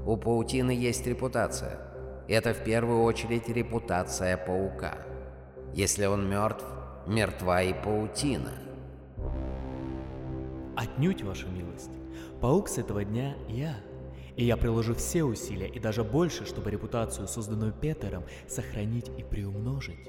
У паутины есть репутация. Это в первую очередь репутация паука. Если он мертв, мертва и паутина. Отнюдь, ваша милость. Паук с этого дня я. И я приложу все усилия и даже больше, чтобы репутацию, созданную Петером, сохранить и приумножить.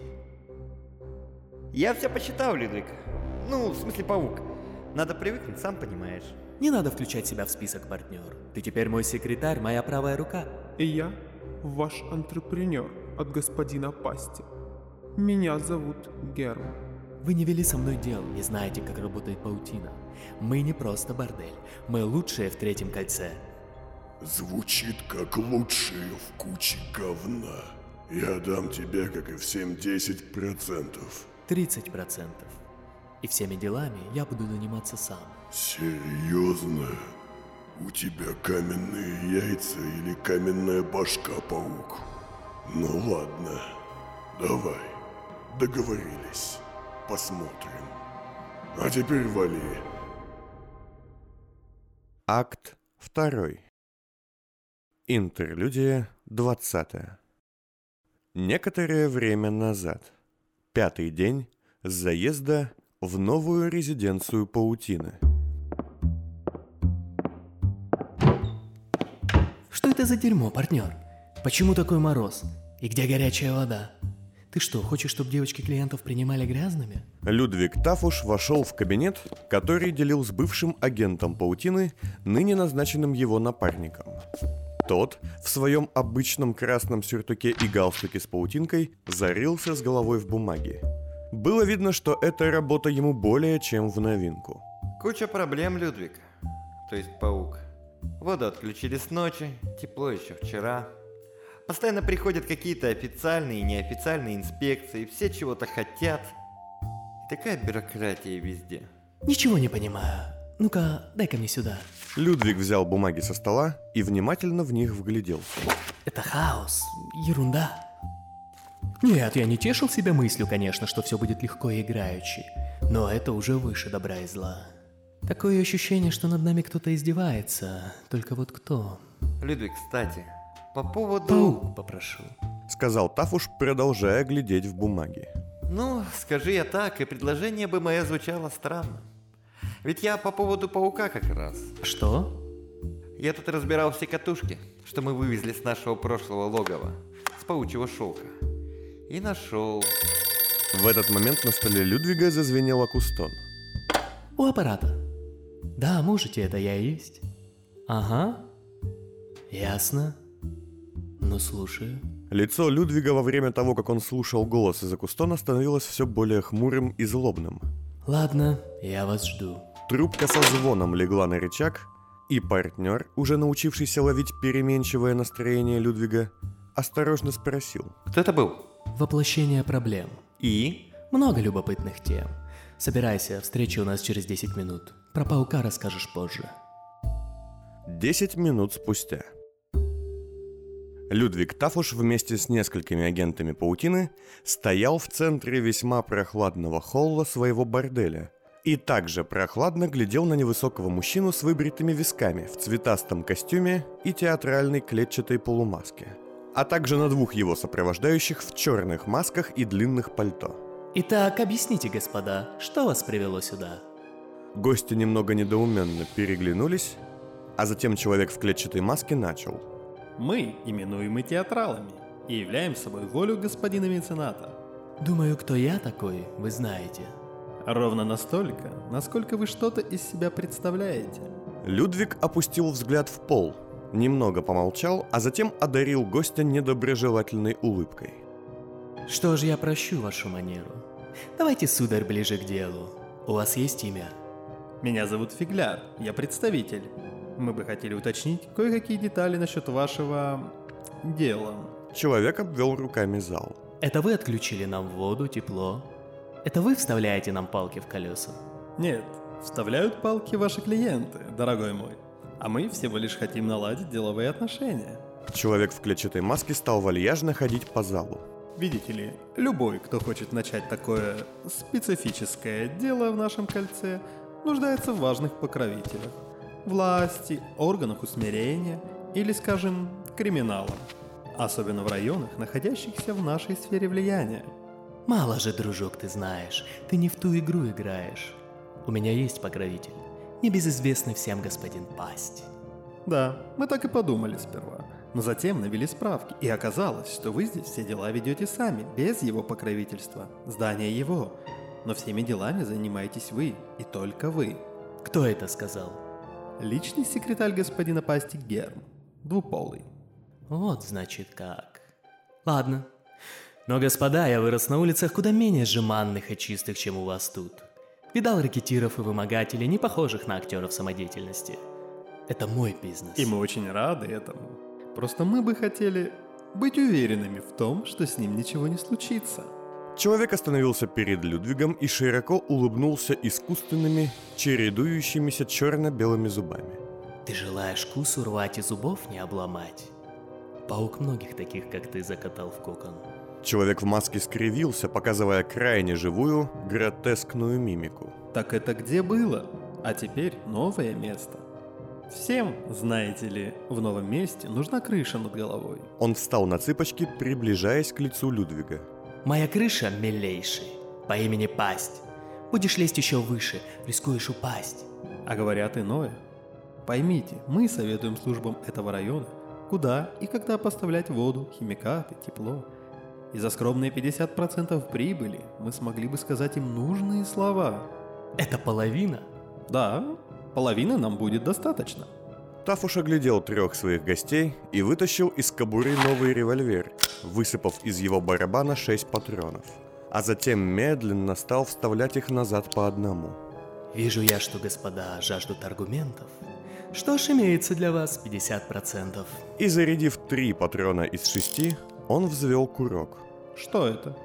Я все посчитал, Людвиг. Ну, в смысле, паук. Надо привыкнуть, сам понимаешь. Не надо включать себя в список, партнер. Ты теперь мой секретарь, моя правая рука. И я ваш антрепренер от господина Пасти. Меня зовут Герм. Вы не вели со мной дел, не знаете, как работает паутина. Мы не просто бордель, мы лучшие в третьем кольце. Звучит как лучшие в куче говна. Я дам тебе, как и всем, 10%. 30%. И всеми делами я буду заниматься сам. Серьезно? У тебя каменные яйца или каменная башка, паук? Ну ладно, давай, договорились. Посмотрим. А теперь вали. Акт 2. Интерлюдия 20. Некоторое время назад. 5-й день с заезда в новую резиденцию паутины. Что это за дерьмо, партнер? Почему такой мороз? И где горячая вода? Ты что, хочешь, чтобы девочки клиентов принимали грязными? Людвиг Тафуш вошел в кабинет, который делил с бывшим агентом паутины, ныне назначенным его напарником. Тот, в своем обычном красном сюртуке и галстуке с паутинкой, зарылся с головой в бумаги. Было видно, что эта работа ему более чем в новинку. Куча проблем, Людвиг. То есть паук. Воду отключили с ночи, тепло еще вчера. Постоянно приходят какие-то официальные и неофициальные инспекции, все чего-то хотят. И такая бюрократия везде. Ничего не понимаю. Ну-ка, дай-ка мне сюда. Людвиг взял бумаги со стола и внимательно в них вгляделся. Это хаос, ерунда. Нет, я не тешил себя мыслью, конечно, что все будет легко и играючи. Но это уже выше добра и зла. Такое ощущение, что над нами кто-то издевается. Только вот кто? Людвиг, кстати, по поводу... Паук попрошу. Сказал Тафуш, продолжая глядеть в бумаги. Ну, скажи я так, и предложение бы мое звучало странно. Ведь я по поводу паука как раз. Что? Я тут разбирал все катушки, что мы вывезли с нашего прошлого логова, с паучьего шелка. И нашел. В этот момент на столе Людвига зазвенел акустон. У аппарата. Да, можете, это я и есть. Ага. Ясно. Ну, слушаю. Лицо Людвига во время того, как он слушал голос из акустона, становилось все более хмурым и злобным. Ладно, я вас жду. Трубка со звоном легла на рычаг, и партнер, уже научившийся ловить переменчивое настроение Людвига, осторожно спросил. Кто это был? Воплощение проблем. И? Много любопытных тем. Собирайся, встреча у нас через 10 минут. Про паука расскажешь позже. 10 минут спустя. Людвиг Тафуш вместе с несколькими агентами паутины стоял в центре весьма прохладного холла своего борделя и также прохладно глядел на невысокого мужчину с выбритыми висками в цветастом костюме и театральной клетчатой полумаске, а также на двух его сопровождающих в черных масках и длинных пальто. Итак, объясните, господа, что вас привело сюда? Гости немного недоуменно переглянулись, а затем человек в клетчатой маске начал. Мы именуемы театралами и являем собой волю господина мецената. Думаю, кто я такой, вы знаете. Ровно настолько, насколько вы что-то из себя представляете. Людвиг опустил взгляд в пол, немного помолчал, а затем одарил гостя недоброжелательной улыбкой. Что ж, я прощу вашу манеру. Давайте, сударь, ближе к делу. У вас есть имя? Меня зовут Фигляр, я представитель. Мы бы хотели уточнить кое-какие детали насчет вашего... дела. Человек обвел руками зал. Это вы отключили нам воду, тепло? Это вы вставляете нам палки в колеса? Нет, вставляют палки ваши клиенты, дорогой мой. А мы всего лишь хотим наладить деловые отношения. Человек в клетчатой маске стал вальяжно ходить по залу. Видите ли, любой, кто хочет начать такое специфическое дело в нашем кольце, нуждается в важных покровителях. Власти, органах усмирения или, скажем, криминалом. Особенно в районах, находящихся в нашей сфере влияния. Мало же, дружок, ты знаешь. Ты не в ту игру играешь. У меня есть покровитель. Небезызвестный всем господин Пасть. Да, мы так и подумали сперва. Но затем навели справки, и оказалось, что вы здесь все дела ведете сами, без его покровительства. Здание его. Но всеми делами занимаетесь вы, и только вы. Кто это сказал? Личный секретарь господина Пасти Герм. Двуполый. Вот значит как. Ладно. Но, господа, я вырос на улицах куда менее жеманных и чистых, чем у вас тут. Видал рекетиров и вымогателей, не похожих на актеров самодеятельности. Это мой бизнес. И мы очень рады этому. Просто мы бы хотели быть уверенными в том, что с ним ничего не случится. Человек остановился перед Людвигом и широко улыбнулся искусственными, чередующимися черно-белыми зубами. Ты желаешь кусу рвать и зубов не обломать? Паук многих таких, как ты, закатал в кокон. Человек в маске скривился, показывая крайне живую, гротескную мимику. Так это где было? А теперь новое место. Всем, знаете ли, в новом месте нужна крыша над головой. Он встал на цыпочки, приближаясь к лицу Людвига. Моя крыша, милейший, по имени Пасть. Будешь лезть еще выше, рискуешь упасть. А говорят иное. Поймите, мы советуем службам этого района, куда и когда поставлять воду, химикаты, тепло. И за скромные 50% прибыли мы смогли бы сказать им нужные слова. Это половина? Да, половины нам будет достаточно. Тафуш оглядел 3 своих гостей и вытащил из кобуры новый револьвер, высыпав из его барабана 6 патронов. А затем медленно стал вставлять их назад по одному. Вижу я, что господа жаждут аргументов. Что ж, имеется для вас 50%. И зарядив 3 патрона из 6, он взвел курок. Что это?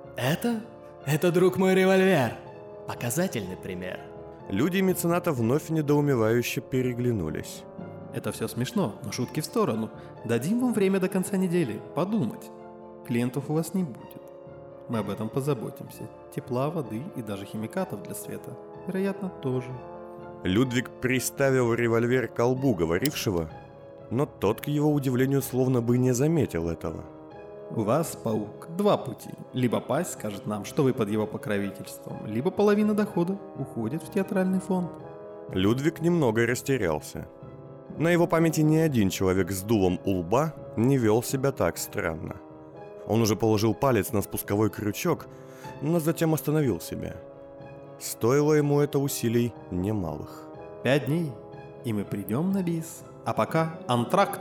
Это, друг мой, револьвер. Показательный пример. Люди мецената вновь недоумевающе переглянулись. Это все смешно, но шутки в сторону. Дадим вам время до конца недели подумать. Клиентов у вас не будет. Мы об этом позаботимся. Тепла, воды и даже химикатов для света. Вероятно, тоже. Людвиг приставил револьвер к колбу говорившего, но тот, к его удивлению, словно бы не заметил этого. У вас, паук, 2 пути. Либо Пасть скажет нам, что вы под его покровительством, либо половина дохода уходит в театральный фонд. Людвиг немного растерялся. На его памяти ни один человек с дулом у лба не вел себя так странно. Он уже положил палец на спусковой крючок, но затем остановил себя. Стоило ему это усилий немалых. 5 дней, и мы придем на бис. А пока антракт.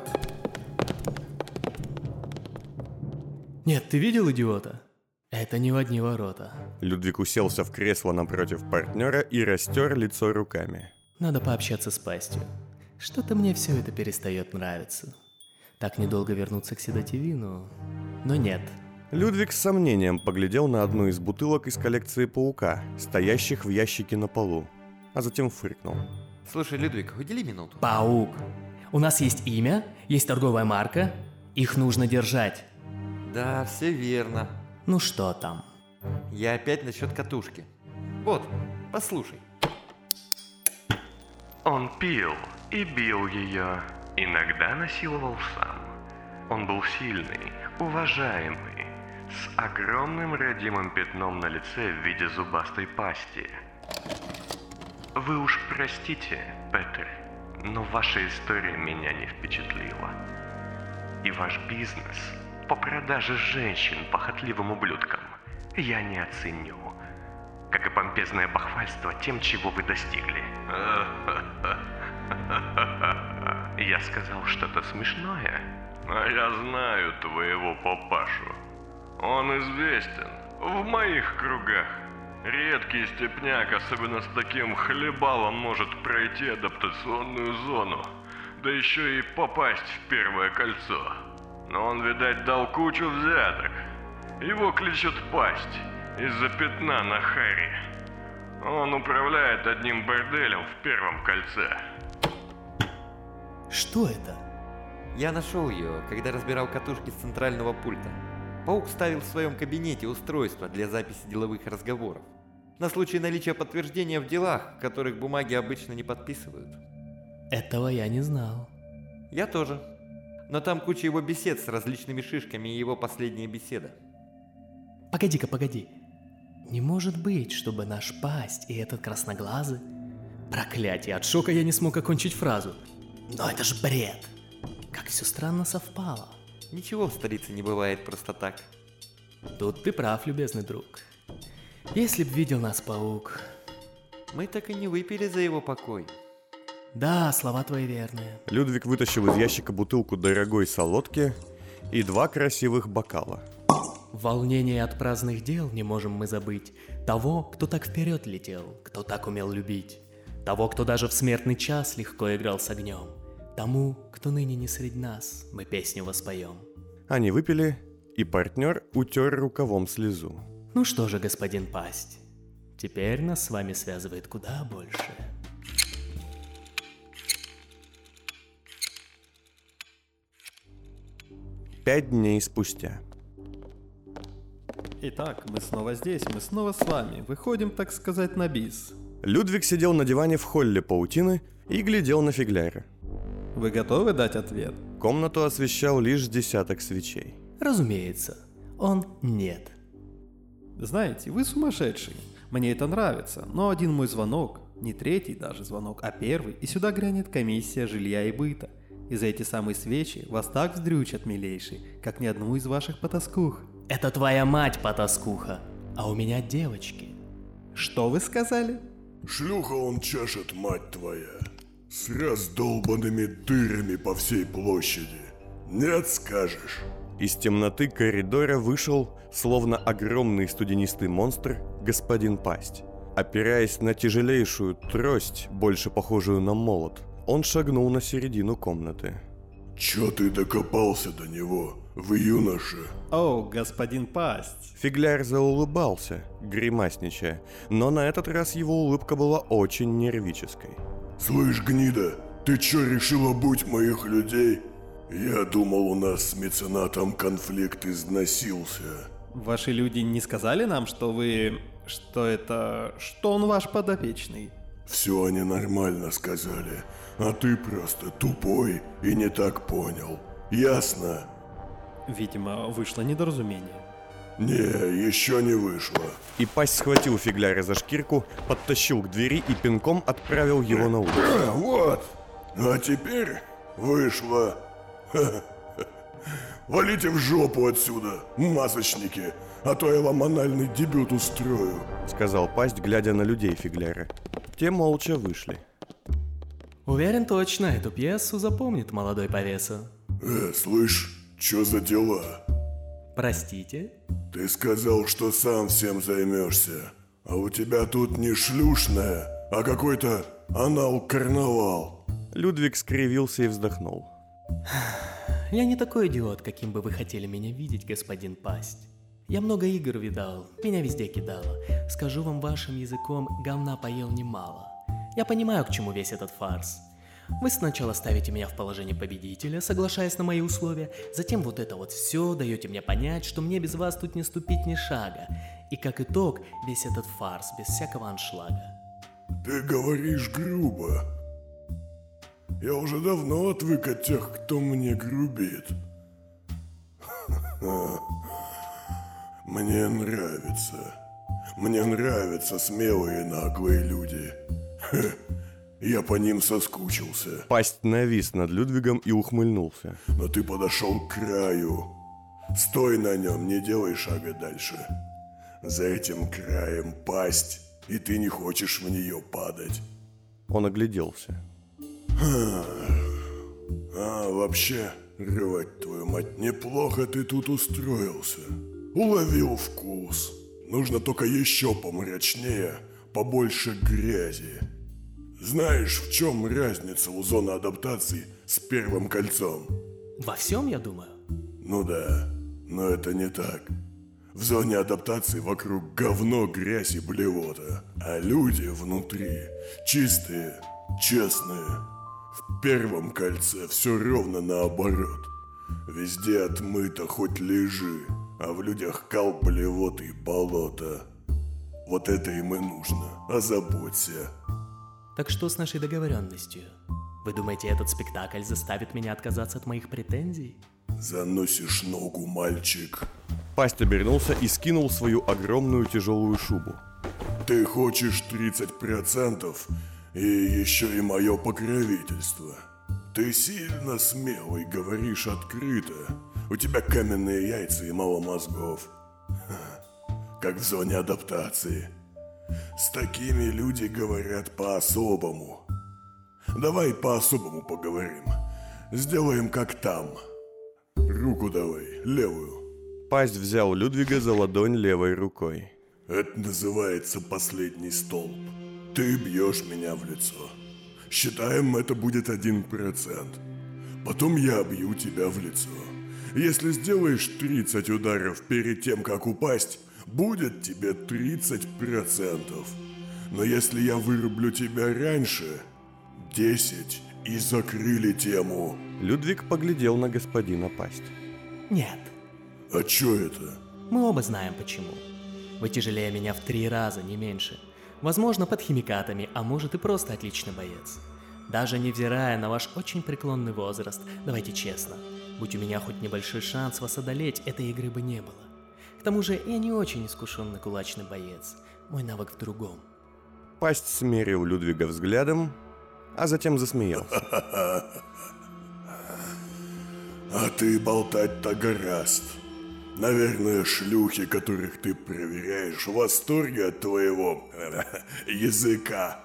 Нет, ты видел идиота? Это не в одни ворота. Людвиг уселся в кресло напротив партнера и растер лицо руками. Надо пообщаться с Пастью. Что-то мне все это перестает нравиться. Так недолго вернуться к седативину. Но нет. Людвиг с сомнением поглядел на одну из бутылок из коллекции паука, стоящих в ящике на полу, а затем фыркнул. Слушай, Людвиг, удели минуту. Паук. У нас есть имя, есть торговая марка. Их нужно держать. Да, все верно. Ну что там? Я опять насчет катушки. Вот, послушай. Он пил и бил ее, иногда насиловал сам. Он был сильный, уважаемый, с огромным родимым пятном на лице в виде зубастой пасти. Вы уж простите, Петер, но ваша история меня не впечатлила. И ваш бизнес по продаже женщин похотливым ублюдкам я не оценю, как и помпезное бахвальство тем, чего вы достигли. Я сказал что-то смешное? А я знаю твоего папашу. Он известен в моих кругах. Редкий степняк, особенно с таким хлебалом, может пройти адаптационную зону, да еще и попасть в первое кольцо. Но он, видать, дал кучу взяток. Его кличут Пасть из-за пятна на Харри. Он управляет одним борделем в первом кольце. Что это? Я нашел ее, когда разбирал катушки с центрального пульта. Паук ставил в своем кабинете устройство для записи деловых разговоров. На случай наличия подтверждения в делах, в которых бумаги обычно не подписывают. Этого я не знал. Я тоже. Но там куча его бесед с различными шишками и его последняя беседа. Погоди-ка, погоди. Не может быть, чтобы наш пасть и этот красноглазый... Проклятие, от шока я не смог окончить фразу. Но это же бред. Как все странно совпало. Ничего в столице не бывает просто так. Тут ты прав, любезный друг. Если б видел нас паук... Мы так и не выпили за его покой. Да, слова твои верные. Людвиг вытащил из ящика бутылку дорогой солодки и 2 красивых бокала. Волнение от праздных дел не можем мы забыть. Того, кто так вперед летел, кто так умел любить. Того, кто даже в смертный час легко играл с огнем. Тому, кто ныне не среди нас, мы песню воспоем. Они выпили, и партнер утер рукавом слезу. Ну что же, господин Пасть, теперь нас с вами связывает куда больше. Пять дней спустя. Итак, мы снова здесь, мы снова с вами. Выходим, так сказать, на бис. Людвиг сидел на диване в холле паутины и глядел на фигляра. Вы готовы дать ответ? Комнату освещал лишь десяток свечей. Разумеется, он нет. Знаете, вы сумасшедший. Мне это нравится, но один мой звонок, не третий даже звонок, а первый, и сюда грянет комиссия жилья и быта. И за эти самые свечи вас так вздрючат, милейший, как ни одну из ваших потаскух. Это твоя мать, потаскуха, а у меня девочки. Что вы сказали? Шлюха он чешет, мать твоя. С раздолбанными дырами по всей площади. Нет, скажешь? Из темноты коридора вышел, словно огромный студенистый монстр, господин Пасть. Опираясь на тяжелейшую трость, больше похожую на молот, он шагнул на середину комнаты. Чё ты докопался до него, вы юноша? О, господин Пасть. Фигляр заулыбался, гримасничая, но на этот раз его улыбка была очень нервической. Слышь, гнида, ты чё решила будь моих людей? Я думал, у нас с меценатом конфликт износился. Ваши люди не сказали нам, что вы... что он ваш подопечный? Все они нормально сказали, а ты просто тупой и не так понял. Ясно? Видимо, вышло недоразумение. Не, еще не вышло. И Пасть схватил фигляра за шкирку, подтащил к двери и пинком отправил его на улицу. Вот, а теперь вышло. Валите в жопу отсюда, масочники, а то я вам анальный дебют устрою, Сказал Пасть, глядя на людей фигляра. Те молча вышли. Уверен точно, эту пьесу запомнит молодой повеса. Слышь, чё за дела? Простите? Ты сказал, что сам всем займешься, а у тебя тут не шлюшная, а какой-то анал-карнавал. Людвиг скривился и вздохнул. Я не такой идиот, каким бы вы хотели меня видеть, господин Пасть. Я много игр видал, меня везде кидало. Скажу вам вашим языком, говна поел немало. Я понимаю, к чему весь этот фарс. Вы сначала ставите меня в положение победителя, соглашаясь на мои условия, затем вот это вот все даете мне понять, что мне без вас тут не ступить ни шага. И как итог, весь этот фарс без всякого аншлага. Ты говоришь грубо. Я уже давно отвык от тех, кто мне грубит. Мне нравится. Мне нравятся смелые наглые люди. Я по ним соскучился. Пасть навис над Людвигом и ухмыльнулся. Но ты подошел к краю. Стой на нем, не делай шага дальше. За этим краем пасть, и ты не хочешь в нее падать. Он огляделся. Вообще, рвать твою мать, неплохо ты тут устроился. Уловил вкус. Нужно только еще помрачнее, побольше грязи. Знаешь, в чем разница у зоны адаптации с первым кольцом? Во всем, я думаю. Ну да, но это не так. В зоне адаптации вокруг говно, грязь и блевота, а люди внутри чистые, честные. В первом кольце все ровно наоборот. Везде отмыто, хоть лежи, а в людях кал, блевота и болото. Вот это им и нужно, озаботься. Так что с нашей договоренностью? Вы думаете, этот спектакль заставит меня отказаться от моих претензий? Заносишь ногу, мальчик. Пасть обернулся и скинул свою огромную тяжелую шубу. Ты хочешь 30% и еще и мое покровительство. Ты сильно смелый, говоришь открыто. У тебя каменные яйца и мало мозгов. Как в зоне адаптации. С такими люди говорят по-особому. Давай по-особому поговорим. Сделаем как там. Руку давай, левую. Пасть взял Людвига за ладонь левой рукой. Это называется последний столб. Ты бьешь меня в лицо. Считаем, это будет 1%. Потом я бью тебя в лицо. Если сделаешь 30 ударов перед тем, как упасть, будет тебе 30%. Но если я вырублю тебя раньше, 10 и закрыли тему. Людвиг поглядел на господина Пасть. Нет. А чё это? Мы оба знаем почему. Вы тяжелее меня в 3 раза, не меньше. Возможно, под химикатами, а может и просто отличный боец. Даже невзирая на ваш очень преклонный возраст, давайте честно, будь у меня хоть небольшой шанс вас одолеть, этой игры бы не было. К тому же я не очень искушенный кулачный боец. Мой навык в другом. Пасть смерил Людвига взглядом, а затем засмеялся. А ты болтать-то гораст. Наверное, шлюхи, которых ты проверяешь, в восторге от твоего языка.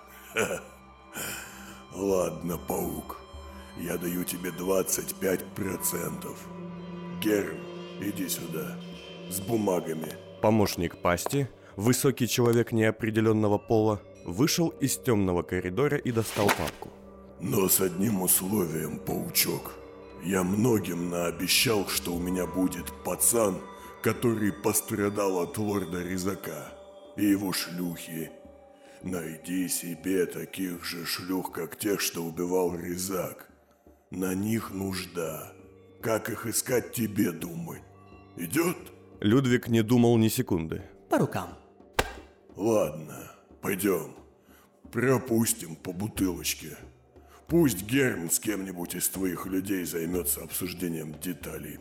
Ладно, паук, я даю тебе 25%. Герм, иди сюда, с бумагами. Помощник Пасти, высокий человек неопределенного пола, вышел из темного коридора и достал папку. Но с одним условием, паучок. Я многим наобещал, что у меня будет пацан, который пострадал от лорда Резака и его шлюхи. Найди себе таких же шлюх, как тех, что убивал Резак. На них нужда. Как их искать, тебе думать. Идет? Людвиг не думал ни секунды. По рукам. Ладно, пойдем. Пропустим по бутылочке. Пусть Герм с кем-нибудь из твоих людей займется обсуждением деталей.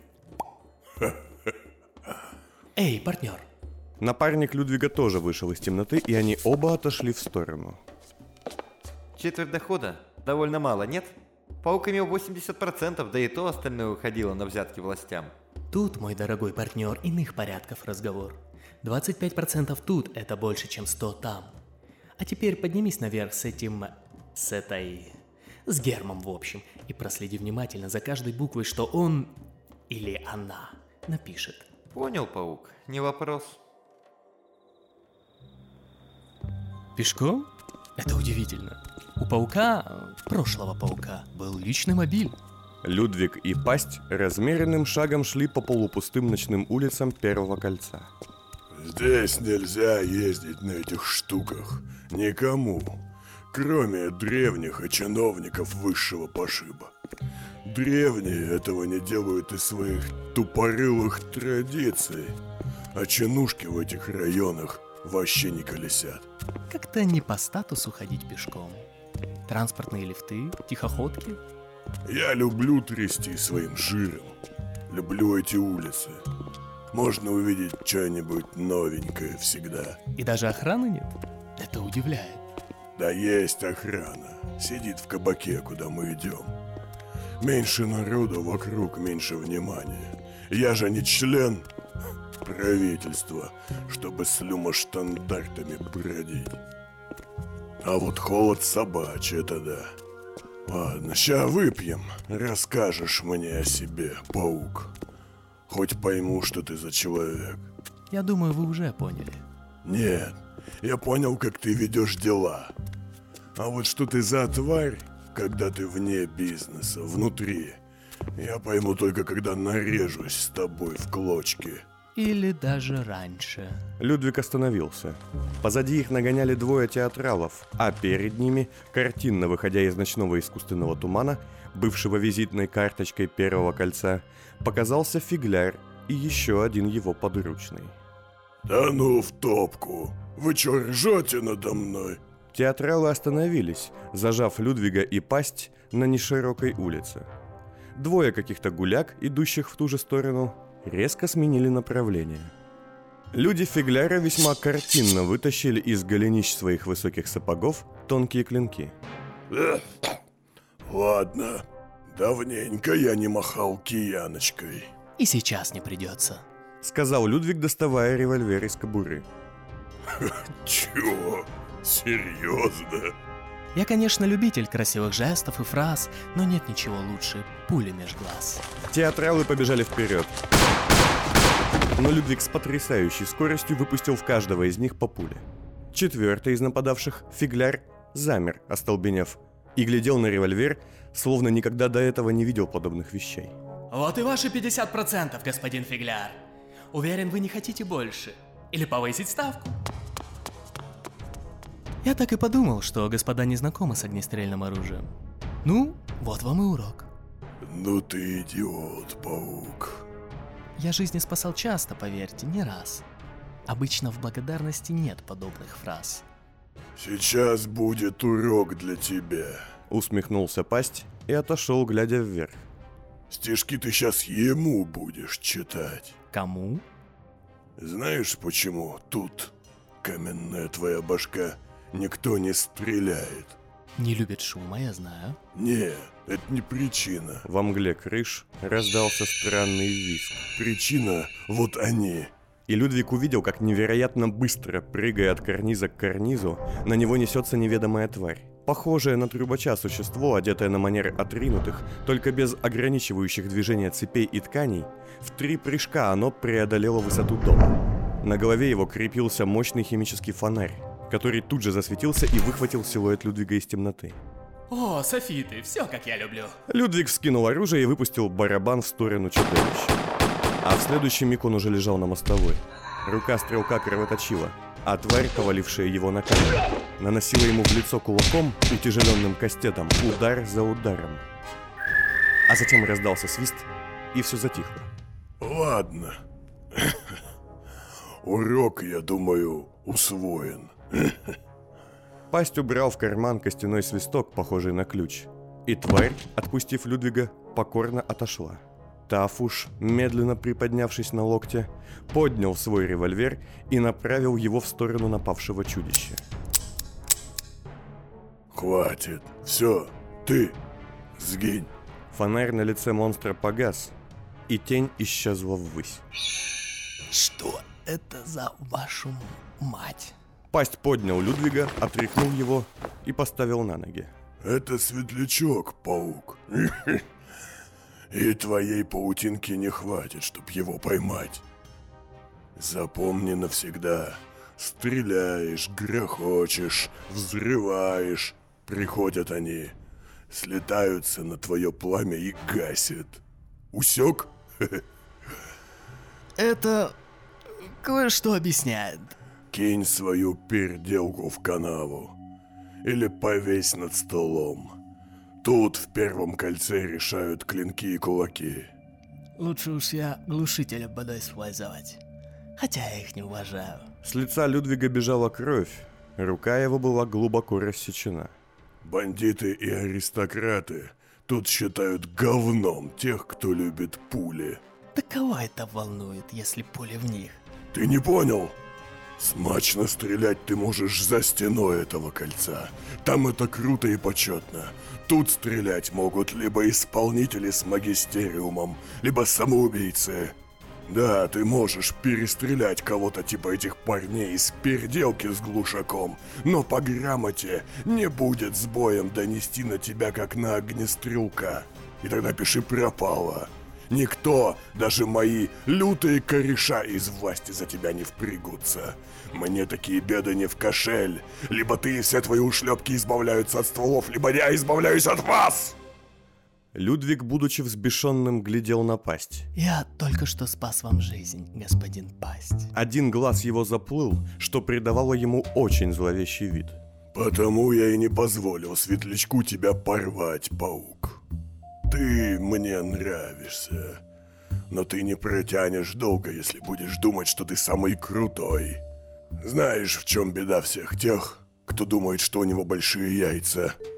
Эй, партнер. Напарник Людвига тоже вышел из темноты, и они оба отошли в сторону. Четверть дохода довольно мало, нет? Паук имел 80%, да и то остальное уходило на взятки властям. Тут, мой дорогой партнер, иных порядков разговор. 25% тут – это больше, чем 100 там. А теперь поднимись наверх с Гермом, в общем, и проследи внимательно за каждой буквой, что он или она напишет. Понял, паук, не вопрос. Пешком? Это удивительно. У паука, прошлого паука, был личный мобиль. Людвиг и Пасть размеренным шагом шли по полупустым ночным улицам Первого кольца. Здесь нельзя ездить на этих штуках. Никому. Кроме древних и чиновников высшего пошиба. Древние этого не делают из своих тупорылых традиций. А чинушки в этих районах вообще не колесят. Как-то не по статусу ходить пешком. Транспортные лифты, тихоходки. Я люблю трясти своим жиром. Люблю эти улицы. Можно увидеть что-нибудь новенькое всегда. И даже охраны нет? Это удивляет. Да есть охрана. Сидит в кабаке, куда мы идем. Меньше народу вокруг, меньше внимания. Я же не член правительства, чтобы с люмоштандартами бродить. А вот холод собачий, это да. Ладно, ща выпьем. Расскажешь мне о себе, паук. Хоть пойму, что ты за человек. Я думаю, вы уже поняли. Нет, я понял, как ты ведешь дела. А вот что ты за тварь, когда ты вне бизнеса, внутри, я пойму только, когда нарежусь с тобой в клочки. Или даже раньше. Людвиг остановился. Позади их нагоняли двое театралов, а перед ними, картинно выходя из ночного искусственного тумана, бывшего визитной карточкой Первого кольца, показался фигляр и еще один его подручный. Да ну в топку! Вы чё, ржете надо мной? Театралы остановились, зажав Людвига и Пасть на неширокой улице. Двое каких-то гуляк, идущих в ту же сторону, резко сменили направление. Люди фигляра весьма картинно вытащили из голенищ своих высоких сапогов тонкие клинки. Ладно, давненько я не махал кияночкой. И сейчас не придется. Сказал Людвиг, доставая револьвер из кобуры. Чего? Серьезно? Я, конечно, любитель красивых жестов и фраз, но нет ничего лучше пули меж глаз. Театралы побежали вперед. Но Людвиг с потрясающей скоростью выпустил в каждого из них по пуле. Четвертый из нападавших, фигляр, замер, остолбенев, и глядел на револьвер, словно никогда до этого не видел подобных вещей. Вот и ваши 50%, господин фигляр. Уверен, вы не хотите больше. Или повысить ставку? Я так и подумал, что господа не знакомы с огнестрельным оружием. Ну, вот вам и урок. Ну ты идиот, паук. Я жизни спасал часто, поверьте, не раз. Обычно в благодарности нет подобных фраз. Сейчас будет урок для тебя. Усмехнулся пасть и отошел, глядя вверх. Стишки ты сейчас ему будешь читать. Кому? Знаешь, почему тут, каменная твоя башка, никто не стреляет? Не любит шума, я знаю. Не, это не причина. Во мгле крыш раздался странный визг. Причина вот они. И Людвиг увидел, как невероятно быстро, прыгая от карниза к карнизу, на него несется неведомая тварь. Похожее на трубача существо, одетое на манер отринутых, только без ограничивающих движения цепей и тканей, в 3 прыжка оно преодолело высоту дома. На голове его крепился мощный химический фонарь, который тут же засветился и выхватил силуэт Людвига из темноты. О, софиты, все как я люблю. Людвиг вскинул оружие и выпустил барабан в сторону чудовища. А в следующий миг он уже лежал на мостовой. Рука стрелка кровоточила, а тварь, повалившая его на камень, наносила ему в лицо кулаком, утяжеленным кастетом, удар за ударом. А затем раздался свист, и все затихло. Ладно. Урок, я думаю, усвоен. Пасть убрал в карман костяной свисток, похожий на ключ. И тварь, отпустив Людвига, покорно отошла. Тафуш, медленно приподнявшись на локте, поднял свой револьвер и направил его в сторону напавшего чудища. Хватит. Все, ты сгинь. Фонарь на лице монстра погас, и тень исчезла ввысь. Что это за вашу мать? Пасть поднял Людвига, отряхнул его и поставил на ноги. Это светлячок, паук. И твоей паутинки не хватит, чтоб его поймать. Запомни навсегда. Стреляешь, грохочешь, взрываешь. Приходят они, слетаются на твое пламя и гасят. Усек? Это кое-что объясняет. Кинь свою переделку в канаву. Или повесь над столом. Тут в первом кольце решают клинки и кулаки. Лучше уж я глушителя буду использовать. Хотя я их не уважаю. С лица Людвига бежала кровь, рука его была глубоко рассечена. Бандиты и аристократы тут считают говном тех, кто любит пули. Да кого это волнует, если пули в них? Ты не понял? Смачно стрелять ты можешь за стеной этого кольца. Там это круто и почетно. Тут стрелять могут либо исполнители с магистериумом, либо самоубийцы. Да, ты можешь перестрелять кого-то типа этих парней из переделки с глушаком, но по грамоте не будет с боем донести на тебя как на огнестрелка. И тогда пиши пропало. Никто, даже мои лютые кореша из власти за тебя не впрягутся. Мне такие беды не в кошель. Либо ты и все твои ушлепки избавляются от стволов, либо я избавляюсь от вас! Людвиг, будучи взбешенным, глядел на пасть. Я только что спас вам жизнь, господин Пасть. Один глаз его заплыл, что придавало ему очень зловещий вид. Потому я и не позволил светлячку тебя порвать, паук. Ты мне нравишься, но ты не протянешь долго, если будешь думать, что ты самый крутой. Знаешь, в чем беда всех тех, кто думает, что у него большие яйца?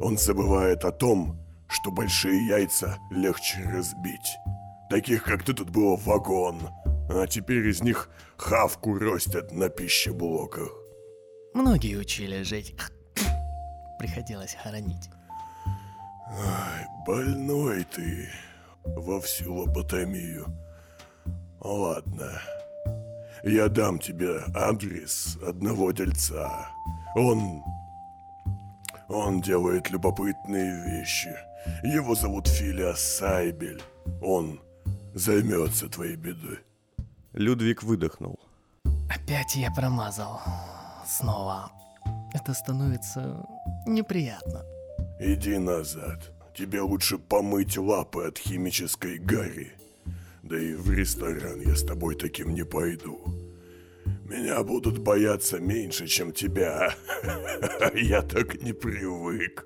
Он забывает о том, что большие яйца легче разбить. Таких, как ты, тут было вагон, а теперь из них хавку ростят на пищеблоках. Многие учили жить. Приходилось хоронить. Ай, больной ты во всю лоботомию. Ладно, я дам тебе адрес одного дельца. Он делает любопытные вещи. Его зовут Филиас Сайбель. Он займется твоей бедой. Людвиг выдохнул. Опять я промазал. Снова. Это становится неприятно. Иди назад. Тебе лучше помыть лапы от химической гари. Да и в ресторан я с тобой таким не пойду. Меня будут бояться меньше, чем тебя. Я так не привык.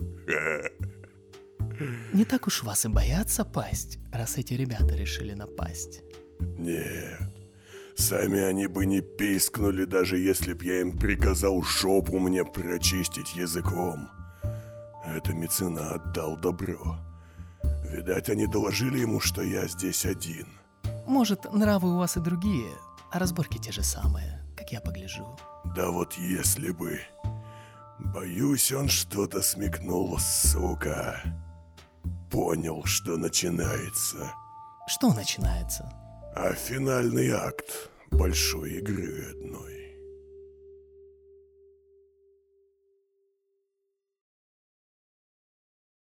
Не так уж вас и боятся пасть, раз эти ребята решили напасть. Нет. Сами они бы не пискнули, даже если б я им приказал жопу мне прочистить языком. Это меценат дал добро. Видать, они доложили ему, что я здесь один. Может, нравы у вас и другие, а разборки те же самые, как я погляжу. Да вот если бы. Боюсь, он что-то смекнул, сука. Понял, что начинается. Что начинается? А финальный акт большой игры одной.